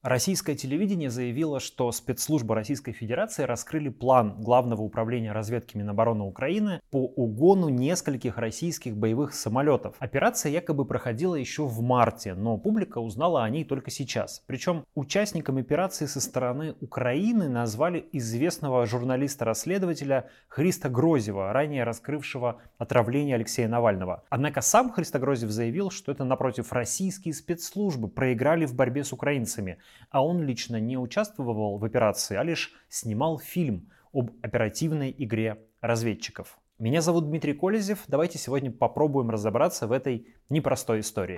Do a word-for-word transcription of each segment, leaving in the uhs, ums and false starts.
Российское телевидение заявило, что спецслужбы Российской Федерации раскрыли план Главного управления разведки Минобороны Украины по угону нескольких российских боевых самолетов. Операция якобы проходила еще в марте, но публика узнала о ней только сейчас. Причем участником операции со стороны Украины назвали известного журналиста-расследователя Христа Грозева, ранее раскрывшего отравление Алексея Навального. Однако сам Христо Грозев заявил, что это, напротив, российские спецслужбы проиграли в борьбе с украинцами. А он лично не участвовал в операции, а лишь снимал фильм об оперативной игре разведчиков. Меня зовут Дмитрий Колезев. Давайте сегодня попробуем разобраться в этой непростой истории.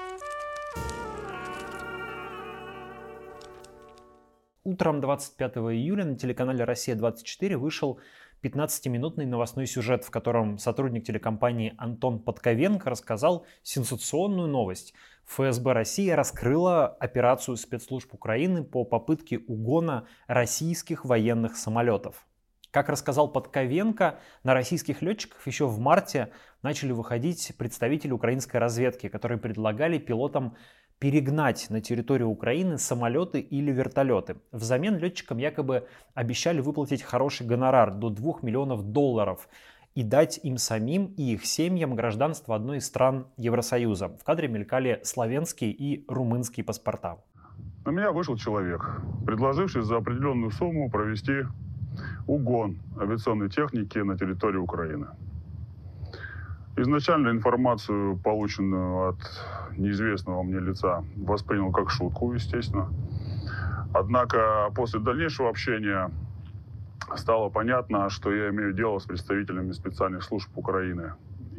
Утром двадцать пятого июля на телеканале «Россия двадцать четыре» вышел пятнадцатиминутный новостной сюжет, в котором сотрудник телекомпании Антон Подковенко рассказал сенсационную новость. ФСБ России раскрыла операцию спецслужб Украины по попытке угона российских военных самолетов. Как рассказал Подковенко, на российских летчиков еще в марте начали выходить представители украинской разведки, которые предлагали пилотам перегнать на территорию Украины самолеты или вертолеты. Взамен летчикам якобы обещали выплатить хороший гонорар до двух миллионов долларов и дать им самим и их семьям гражданство одной из стран Евросоюза. В кадре мелькали славянские и румынские паспорта. На меня вышел человек, предложивший за определенную сумму провести угон авиационной техники на территории Украины. Изначально информацию, полученную от неизвестного мне лица, воспринял как шутку, естественно. Однако после дальнейшего общения стало понятно, что я имею дело с представителями специальных служб Украины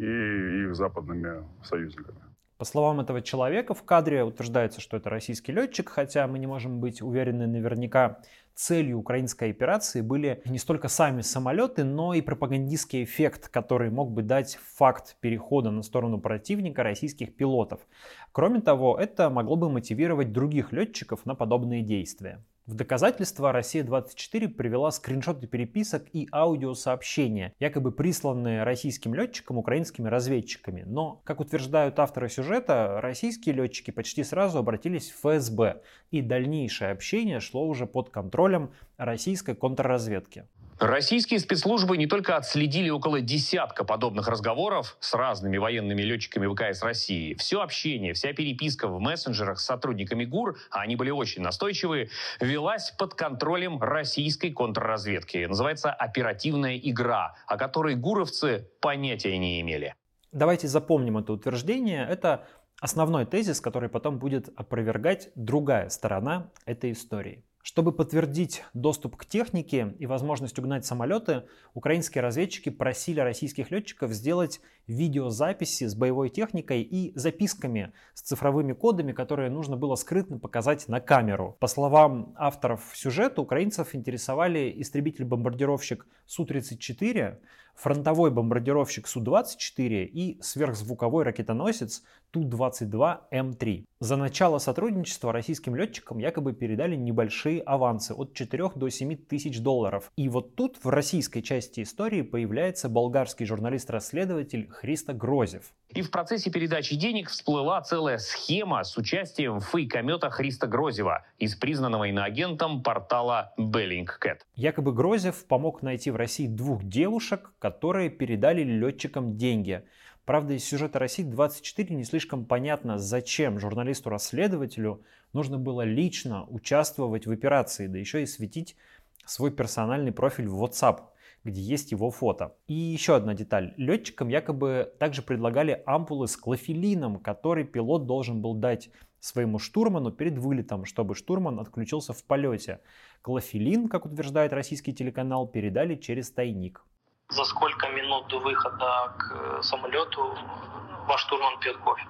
и их западными союзниками. По словам этого человека, в кадре утверждается, что это российский летчик, хотя мы не можем быть уверены наверняка. Целью украинской операции были не столько сами самолеты, но и пропагандистский эффект, который мог бы дать факт перехода на сторону противника российских пилотов. Кроме того, это могло бы мотивировать других летчиков на подобные действия. В доказательство «Россия двадцать четыре» привела скриншоты переписок и аудиосообщения, якобы присланные российским летчикам украинскими разведчиками. Но, как утверждают авторы сюжета, российские летчики почти сразу обратились в ФСБ, и дальнейшее общение шло уже под контролем российской контрразведки. Российские спецслужбы не только отследили около десятка подобных разговоров с разными военными летчиками ВКС России. Все общение, вся переписка в мессенджерах с сотрудниками ГУР, а они были очень настойчивые, велась под контролем российской контрразведки. Называется «оперативная игра», о которой гуровцы понятия не имели. Давайте запомним это утверждение. Это основной тезис, который потом будет опровергать другая сторона этой истории. Чтобы подтвердить доступ к технике и возможность угнать самолеты, украинские разведчики просили российских летчиков сделать видеозаписи с боевой техникой и записками с цифровыми кодами, которые нужно было скрытно показать на камеру. По словам авторов сюжета, украинцев интересовали истребитель-бомбардировщик Су тридцать четыре, фронтовой бомбардировщик Су двадцать четыре и сверхзвуковой ракетоносец Ту двадцать два М три. За начало сотрудничества российским летчикам якобы передали небольшие авансы от четырёх до семи тысяч долларов. И вот тут в российской части истории появляется болгарский журналист-расследователь Христо Грозев. И в процессе передачи денег всплыла целая схема с участием фейкомета Христа Грозева из признанного иноагентом портала Bellingcat. Якобы Грозев помог найти в России двух девушек, которые передали летчикам деньги. Правда, из сюжета «России двадцать четыре» не слишком понятно, зачем журналисту-расследователю нужно было лично участвовать в операции, да еще и светить свой персональный профиль в WhatsApp, где есть его фото. И еще одна деталь. Летчикам якобы также предлагали ампулы с клофелином, который пилот должен был дать своему штурману перед вылетом, чтобы штурман отключился в полете. Клофелин, как утверждает российский телеканал, передали через тайник. За сколько минут до выхода к самолету ваш штурман пьет кофе?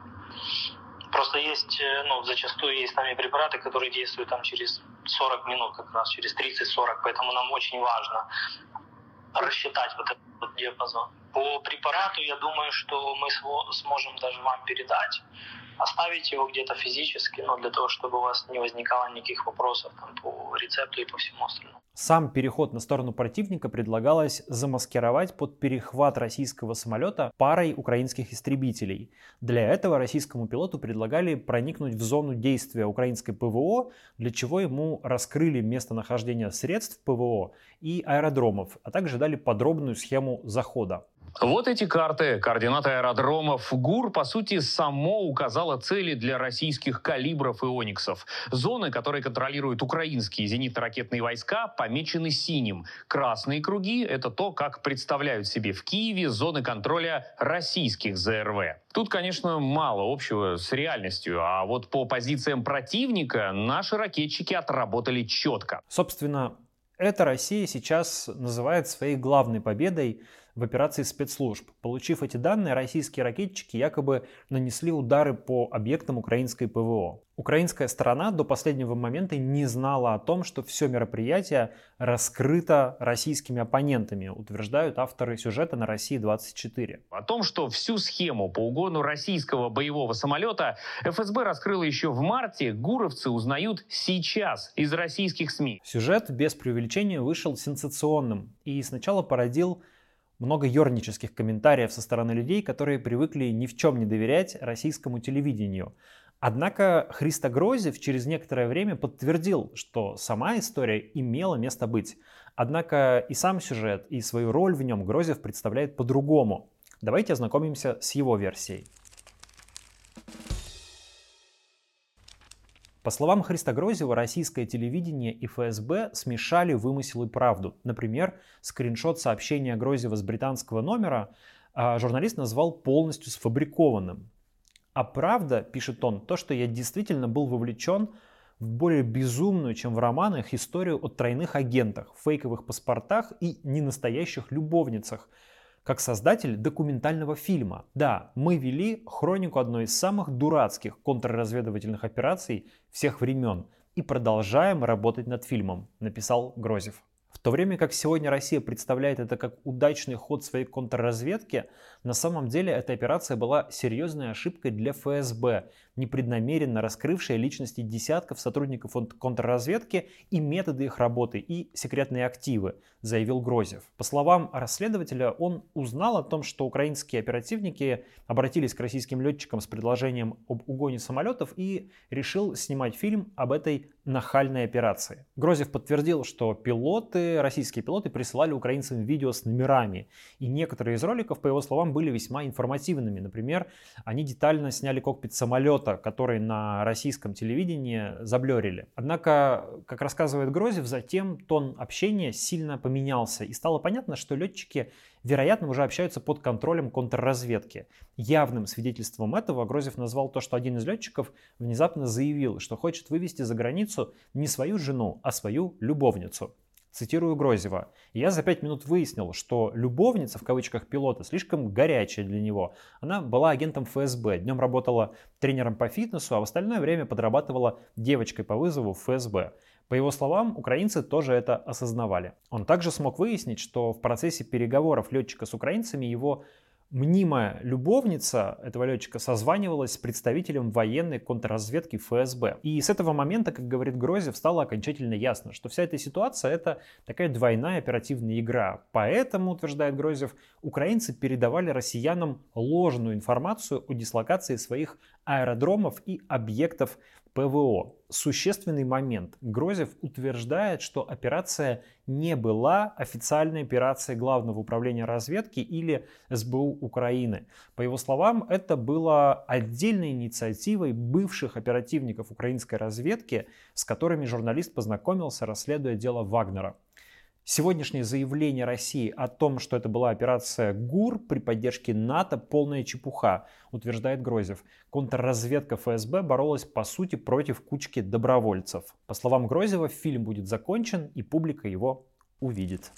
Просто есть, ну, зачастую есть там и препараты, которые действуют там через сорок минут, как раз через тридцать-сорок, поэтому нам очень важно рассчитать вот этот вот диапазон. По препарату, я думаю, что мы сможем даже вам передать. оставить его где-то физически, но для того, чтобы у вас не возникало никаких вопросов там, по рецепту и по всему остальному. Сам переход на сторону противника предлагалось замаскировать под перехват российского самолета парой украинских истребителей. Для этого российскому пилоту предлагали проникнуть в зону действия украинской ПВО, для чего ему раскрыли местонахождение средств ПВО и аэродромов, а также дали подробную схему захода. Вот эти карты, координаты аэродромов. ГУР, по сути, само указало цели для российских калибров и ониксов. Зоны, которые контролируют украинские зенитно-ракетные войска, помечены синим. Красные круги – это то, как представляют себе в Киеве зоны контроля российских ЗРВ. Тут, конечно, мало общего с реальностью, а вот по позициям противника наши ракетчики отработали четко. Собственно, это Россия сейчас называет своей главной победой в операции спецслужб. Получив эти данные, российские ракетчики якобы нанесли удары по объектам украинской ПВО. Украинская сторона до последнего момента не знала о том, что все мероприятие раскрыто российскими оппонентами, утверждают авторы сюжета на Россия двадцать четыре. О том, что всю схему по угону российского боевого самолета эф эс бэ раскрыло еще в марте, гуровцы узнают сейчас из российских СМИ. Сюжет без преувеличения вышел сенсационным и сначала породил много ёрнических комментариев со стороны людей, которые привыкли ни в чем не доверять российскому телевидению. Однако Христо Грозев через некоторое время подтвердил, что сама история имела место быть. Однако и сам сюжет, и свою роль в нем Грозев представляет по-другому. Давайте ознакомимся с его версией. По словам Христа Грозева, российское телевидение и эф эс бэ смешали вымысел и правду. Например, скриншот сообщения Грозева с британского номера журналист назвал полностью сфабрикованным. А правда, пишет он, то, что я действительно был вовлечен в более безумную, чем в романах, историю о тройных агентах, фейковых паспортах и ненастоящих любовницах, как создатель документального фильма. Да, мы вели хронику одной из самых дурацких контрразведывательных операций всех времен и продолжаем работать над фильмом, написал Грозев. В то время как сегодня Россия представляет это как удачный ход своей контрразведки, на самом деле эта операция была серьезной ошибкой для эф эс бэ, непреднамеренно раскрывшей личности десятков сотрудников контрразведки и методы их работы и секретные активы, заявил Грозев. По словам расследователя, он узнал о том, что украинские оперативники обратились к российским летчикам с предложением об угоне самолетов и решил снимать фильм об этой нахальной операции. Грозев подтвердил, что пилоты, российские пилоты присылали украинцам видео с номерами, и некоторые из роликов, по его словам, были весьма информативными. Например, они детально сняли кокпит самолета, который на российском телевидении заблерили. Однако, как рассказывает Грозев, затем тон общения сильно поменялся, и стало понятно, что летчики, вероятно, уже общаются под контролем контрразведки. Явным свидетельством этого Грозев назвал то, что один из летчиков внезапно заявил, что хочет вывести за границу не свою жену, а свою любовницу. Цитирую Грозева. «Я за пять минут выяснил, что любовница, в кавычках, пилота слишком горячая для него. Она была агентом эф эс бэ, днем работала тренером по фитнесу, а в остальное время подрабатывала девочкой по вызову в эф эс бэ». По его словам, украинцы тоже это осознавали. Он также смог выяснить, что в процессе переговоров летчика с украинцами его мнимая любовница этого летчика созванивалась с представителем военной контрразведки эф эс бэ. И с этого момента, как говорит Грозев, стало окончательно ясно, что вся эта ситуация — это такая двойная оперативная игра. Поэтому, утверждает Грозев, украинцы передавали россиянам ложную информацию о дислокации своих аэродромов и объектов пэ вэ о. Существенный момент. Грозев утверждает, что операция не была официальной операцией Главного управления разведки или эс бэ у Украины. По его словам, это было отдельной инициативой бывших оперативников украинской разведки, с которыми журналист познакомился, расследуя дело Вагнера. Сегодняшнее заявление России о том, что это была операция ГУР при поддержке НАТО, полная чепуха, утверждает Грозев. Контрразведка эф эс бэ боролась по сути против кучки добровольцев. По словам Грозева, фильм будет закончен и публика его увидит.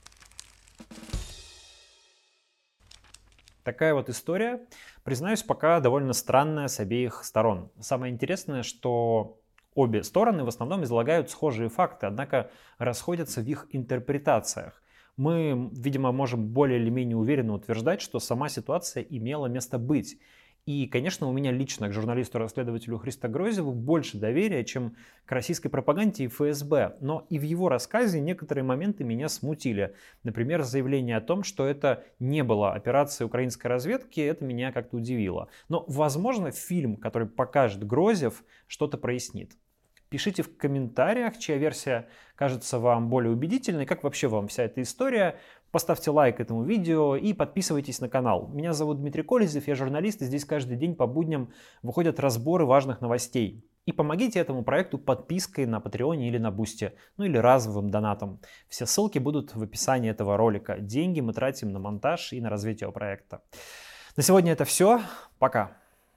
Такая вот история. Признаюсь, пока довольно странная с обеих сторон. Самое интересное, что обе стороны в основном излагают схожие факты, однако расходятся в их интерпретациях. Мы, видимо, можем более или менее уверенно утверждать, что сама ситуация имела место быть. И, конечно, у меня лично к журналисту-расследователю Христо Грозеву больше доверия, чем к российской пропаганде и эф эс бэ. Но и в его рассказе некоторые моменты меня смутили. Например, заявление о том, что это не была операция украинской разведки, это меня как-то удивило. Но, возможно, фильм, который покажет Грозев, что-то прояснит. Пишите в комментариях, чья версия кажется вам более убедительной, как вообще вам вся эта история. Поставьте лайк этому видео и подписывайтесь на канал. Меня зовут Дмитрий Колезев, я журналист, и здесь каждый день по будням выходят разборы важных новостей. И помогите этому проекту подпиской на Патреоне или на Бусти, ну или разовым донатом. Все ссылки будут в описании этого ролика. Деньги мы тратим на монтаж и на развитие проекта. На сегодня это все. Пока.